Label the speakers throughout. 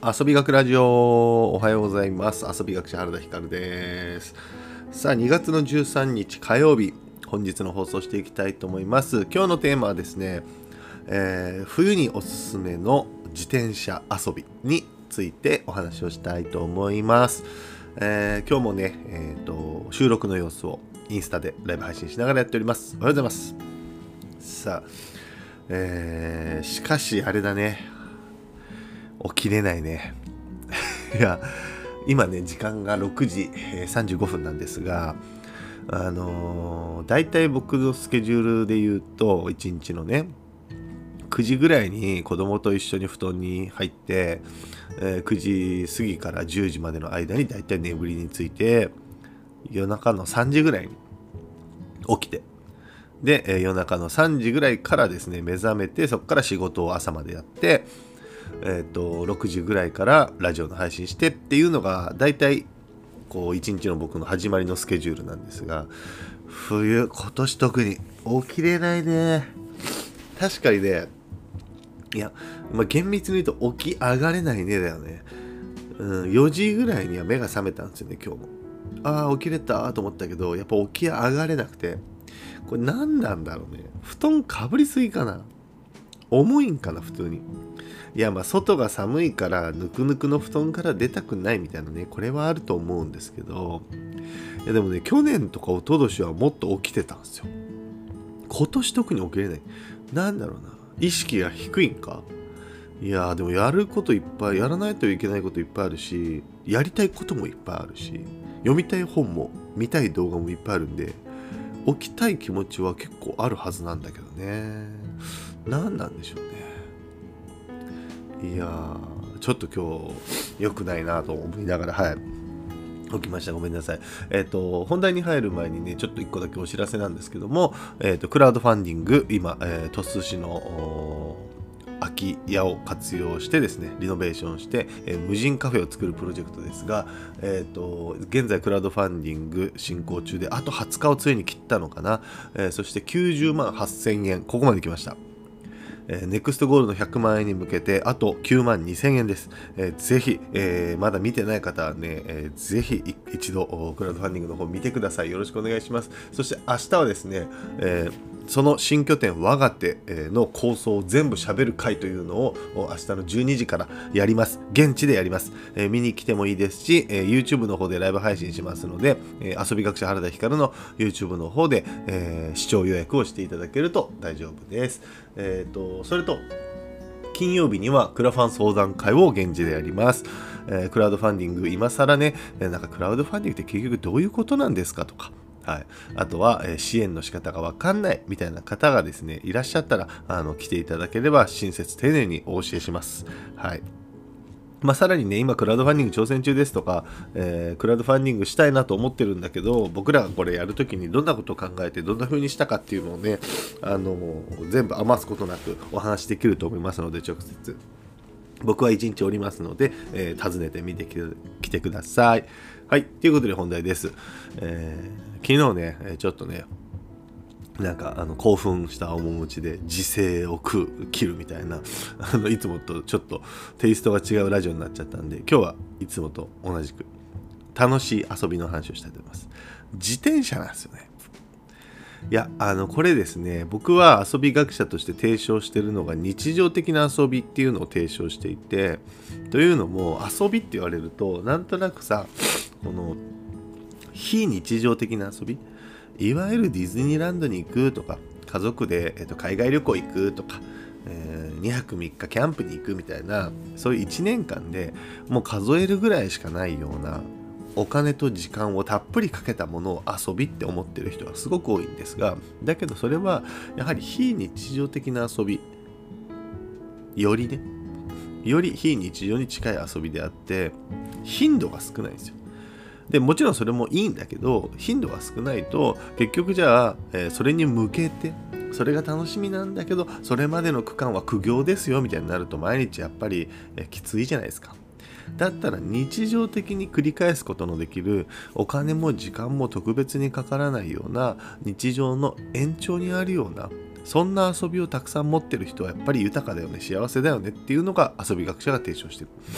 Speaker 1: 遊び学ラジオ、おはようございます。遊び学者原田光です。さあ、2月の13日火曜日、本日の放送していきたいと思います。今日のテーマはですね、冬におすすめの自転車遊びについてお話をしたいと思います。今日もね、収録の様子をインスタでライブ配信しながらやっております。おはようございます。さあ、しかしあれだね、起きれないね。いや、今ね、時間が6時35分なんですが、だいたい僕のスケジュールで言うと、1日のね、9時ぐらいに子供と一緒に布団に入って、9時過ぎから10時までの間にだいたい眠りについて、夜中の3時ぐらいに起きて、で、夜中の3時ぐらいからですね、目覚めて、そこから仕事を朝までやって、6時ぐらいからラジオの配信してっていうのがだいたいこう一日の僕の始まりのスケジュールなんですが、今年特に起きれないね。確かにね、いや、厳密に言うと起き上がれないねだよね。4時ぐらいには目が覚めたんですよね、今日も。ああ、起きれたと思ったけど、やっぱ起き上がれなくて、これ何なんだろうね。布団かぶりすぎかな。重いんかな、普通に。いや、外が寒いからぬくぬくの布団から出たくないみたいなね、これはあると思うんですけど、いやでもね、去年とか一昨年はもっと起きてたんですよ。今年特に起きれない。なんだろうな、意識が低いんか。いやでもやることいっぱい、やらないといけないこといっぱいあるし、やりたいこともいっぱいあるし、読みたい本も見たい動画もいっぱいあるんで、起きたい気持ちは結構あるはずなんだけどね。何なんでしょうね。いやー、ちょっと今日良くないなと思いながら、起きました。ごめんなさい。本題に入る前にね、ちょっと一個だけお知らせなんですけども、クラウドファンディング、今、鳥栖市の空き家を活用してですね、リノベーションして、無人カフェを作るプロジェクトですが、現在クラウドファンディング進行中で、あと20日をついに切ったのかな。そして90万8000円、ここまで来ました。ネクストゴールド100万円に向けてあと9万2000円です。ぜひ、まだ見てない方はね、ぜひ一度クラウドファンディングの方見てください。よろしくお願いします。そして明日はですね、その新拠点我が手の構想を全部喋る会というのを明日の12時からやります。現地でやります。見に来てもいいですし、YouTube の方でライブ配信しますので、遊び学者原田光の YouTube の方で、視聴予約をしていただけると大丈夫です。それと金曜日にはクラファン相談会を現地でやります。クラウドファンディング今更ね、なんかクラウドファンディングって結局どういうことなんですかとか、あとは、支援の仕方が分かんないみたいな方がですねいらっしゃったら来ていただければ親切丁寧にお教えします。さらにね、今クラウドファンディング挑戦中ですとか、クラウドファンディングしたいなと思ってるんだけど、僕らがこれやるときにどんなことを考えてどんな風にしたかっていうのをね、全部余すことなくお話できると思いますので、直接僕は1日おりますので、訪ねてみてきてください。はい、ということで本題です。昨日ね、ちょっとね、なんか興奮した面持ちで時勢を切るみたいないつもとちょっとテイストが違うラジオになっちゃったんで、今日はいつもと同じく楽しい遊びの話をしたいと思います。自転車なんですよね。いや、これですね、僕は遊び学者として提唱しているのが日常的な遊びっていうのを提唱していて、というのも遊びって言われるとなんとなくさ、この非日常的な遊び、いわゆるディズニーランドに行くとか、家族で、海外旅行行くとか、2泊3日キャンプに行くみたいな、そういう1年間でもう数えるぐらいしかないようなお金と時間をたっぷりかけたものを遊びって思ってる人はすごく多いんですが、だけどそれはやはり非日常的な遊び、より非日常に近い遊びであって、頻度が少ないんですよ。でもちろんそれもいいんだけど、頻度が少ないと結局じゃあ、それに向けてそれが楽しみなんだけど、それまでの区間は苦行ですよみたいになると毎日やっぱりきついじゃないですか。だったら日常的に繰り返すことのできる、お金も時間も特別にかからないような日常の延長にあるような、そんな遊びをたくさん持ってる人はやっぱり豊かだよね、幸せだよねっていうのが遊び学者が提唱してる。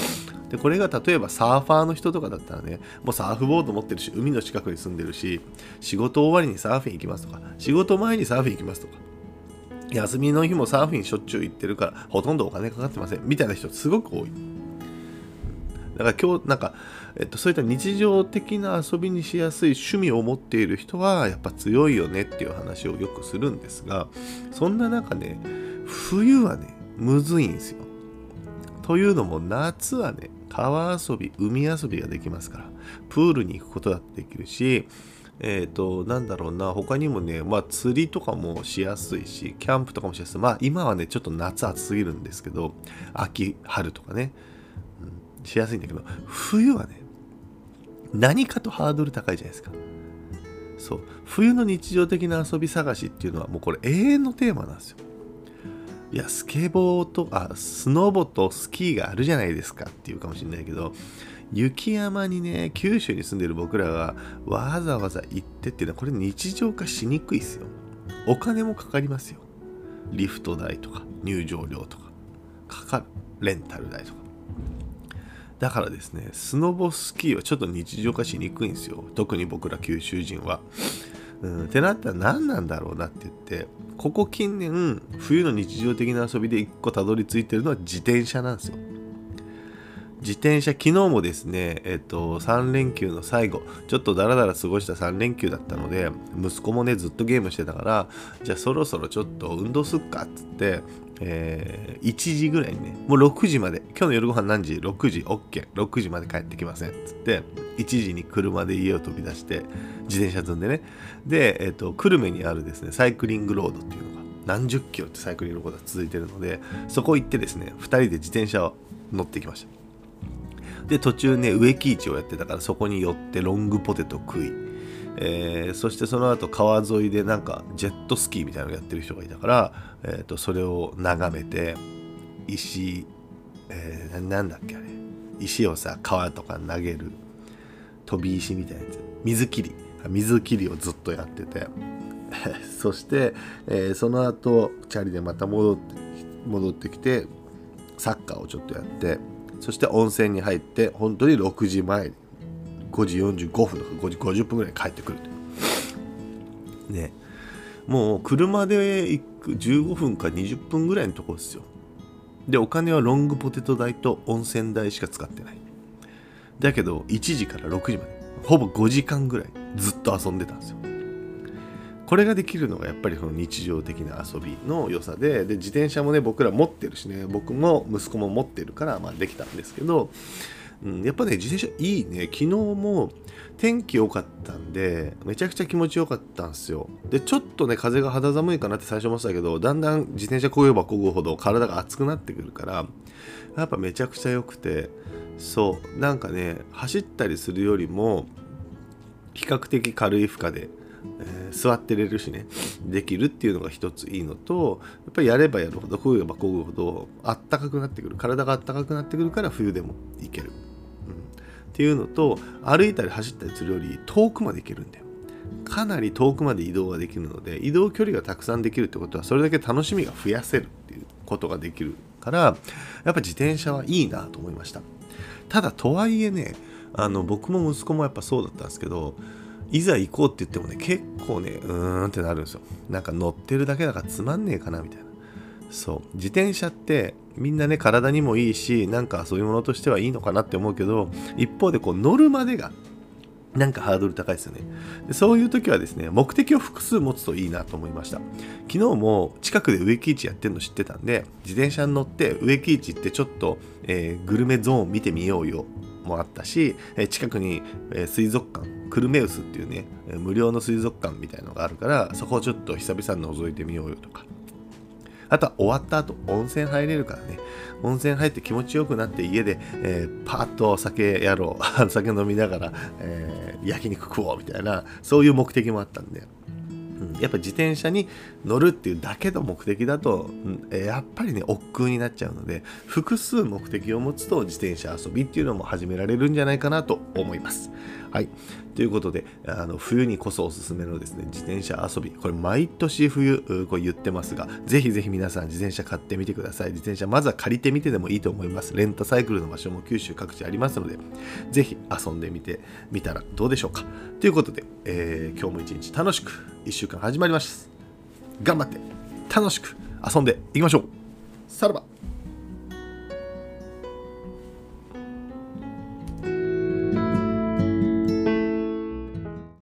Speaker 1: でこれが例えばサーファーの人とかだったらね、もうサーフボード持ってるし、海の近くに住んでるし、仕事終わりにサーフィン行きますとか、仕事前にサーフィン行きますとか、休みの日もサーフィンしょっちゅう行ってるからほとんどお金かかってませんみたいな人すごく多い。だから今日なんか、そういった日常的な遊びにしやすい趣味を持っている人はやっぱ強いよねっていう話をよくするんですが、そんな中ね、冬はねむずいんですよ。というのも夏はね、川遊び、海遊びができますから、プールに行くことだってできるし、なんだろうな、他にもね、釣りとかもしやすいし、キャンプとかもしやすい。今はね、ちょっと夏暑すぎるんですけど、秋、春とかね、しやすいんだけど、冬はね、何かとハードル高いじゃないですか。そう、冬の日常的な遊び探しっていうのはもうこれ永遠のテーマなんですよ。いや、スノボとスキーがあるじゃないですかっていうかもしれないけど、雪山にね、九州に住んでる僕らがわざわざ行ってっていうのはこれ日常化しにくいですよ。お金もかかりますよ。リフト代とか入場料とかかかる。レンタル代とか。だからですね、スノボスキーはちょっと日常化しにくいんですよ。特に僕ら九州人は。ってなったら何なんだろうなって言って、ここ近年冬の日常的な遊びで一個たどり着いてるのは自転車なんですよ。自転車、昨日もですね、3連休の最後、ちょっとダラダラ過ごした3連休だったので、息子もね、ずっとゲームしてたから、じゃあそろそろちょっと運動すっかっつって、1時ぐらいにね、もう6時まで、今日の夜ご飯何時 ?6 時 OK、6時まで帰ってきませんっつって、1時に車で家を飛び出して、自転車積んでね、で、久留米にあるですね、サイクリングロードっていうのが、何十キロってサイクリングロードが続いてるので、そこ行ってですね、2人で自転車を乗ってきました。で途中ね、植木市をやってたからそこに寄ってロングポテト食い、そしてその後川沿いでなんかジェットスキーみたいなのやってる人がいたから、それを眺めて石、なんだっけあれ、石をさ川とか投げる飛び石みたいなやつ、水切りをずっとやっててそして、その後チャリでまた戻ってきてサッカーをちょっとやって、そして温泉に入って本当に6時前、5時45分とか5時50分ぐらいに帰ってくるね。もう車で行く15分か20分ぐらいのところですよ。でお金はロングポテト代と温泉代しか使ってない。だけど1時から6時までほぼ5時間ぐらいずっと遊んでたんですよ。これができるのがやっぱりその日常的な遊びの良さで、自転車もね僕ら持ってるしね、僕も息子も持ってるからできたんですけど、やっぱね自転車いいね。昨日も天気良かったんでめちゃくちゃ気持ちよかったんですよ。でちょっとね風が肌寒いかなって最初思ってたけど、だんだん自転車漕げば漕ぐほど体が熱くなってくるからやっぱめちゃくちゃ良くて、そうなんかね走ったりするよりも比較的軽い負荷で座ってれるしね、できるっていうのが一ついいのと、やっぱりやればやるほど漕げば漕ぐほどあったかくなってくる、体があったかくなってくるから冬でもいける、っていうのと、歩いたり走ったりするより遠くまで行けるんだよ。かなり遠くまで移動ができるので、移動距離がたくさんできるってことはそれだけ楽しみが増やせるっていうことができるから、やっぱ自転車はいいなと思いました。ただとはいえね、僕も息子もやっぱそうだったんですけど、いざ行こうって言ってもね結構ねってなるんですよ。なんか乗ってるだけだからつまんねえかなみたいな。そう自転車ってみんなね体にもいいし、なんかそういうものとしてはいいのかなって思うけど、一方でこう乗るまでがなんかハードル高いですよね。でそういう時はですね、目的を複数持つといいなと思いました。昨日も近くで植木市やってるの知ってたんで、自転車に乗って植木市行ってちょっと、グルメゾーン見てみようよもあったし、近くに水族館、クルメウスっていうね無料の水族館みたいなのがあるから、そこをちょっと久々に覗いてみようよとか、あとは終わった後温泉入れるからね、温泉入って気持ちよくなって家で、パーッと酒やろう酒飲みながら、焼肉食おうみたいな、そういう目的もあったんで、やっぱ自転車に乗るっていうだけの目的だと、やっぱりね億劫になっちゃうので、複数目的を持つと自転車遊びっていうのも始められるんじゃないかなと思います。 はい。ということで、冬にこそおすすめのですね、自転車遊び。これ毎年冬、これ言ってますが、ぜひぜひ皆さん自転車買ってみてください。自転車まずは借りてみてでもいいと思います。レンタサイクルの場所も九州各地ありますので、ぜひ遊んでみてみたらどうでしょうか。ということで、今日も一日楽しく1週間始まります。頑張って楽しく遊んでいきましょう。さらば。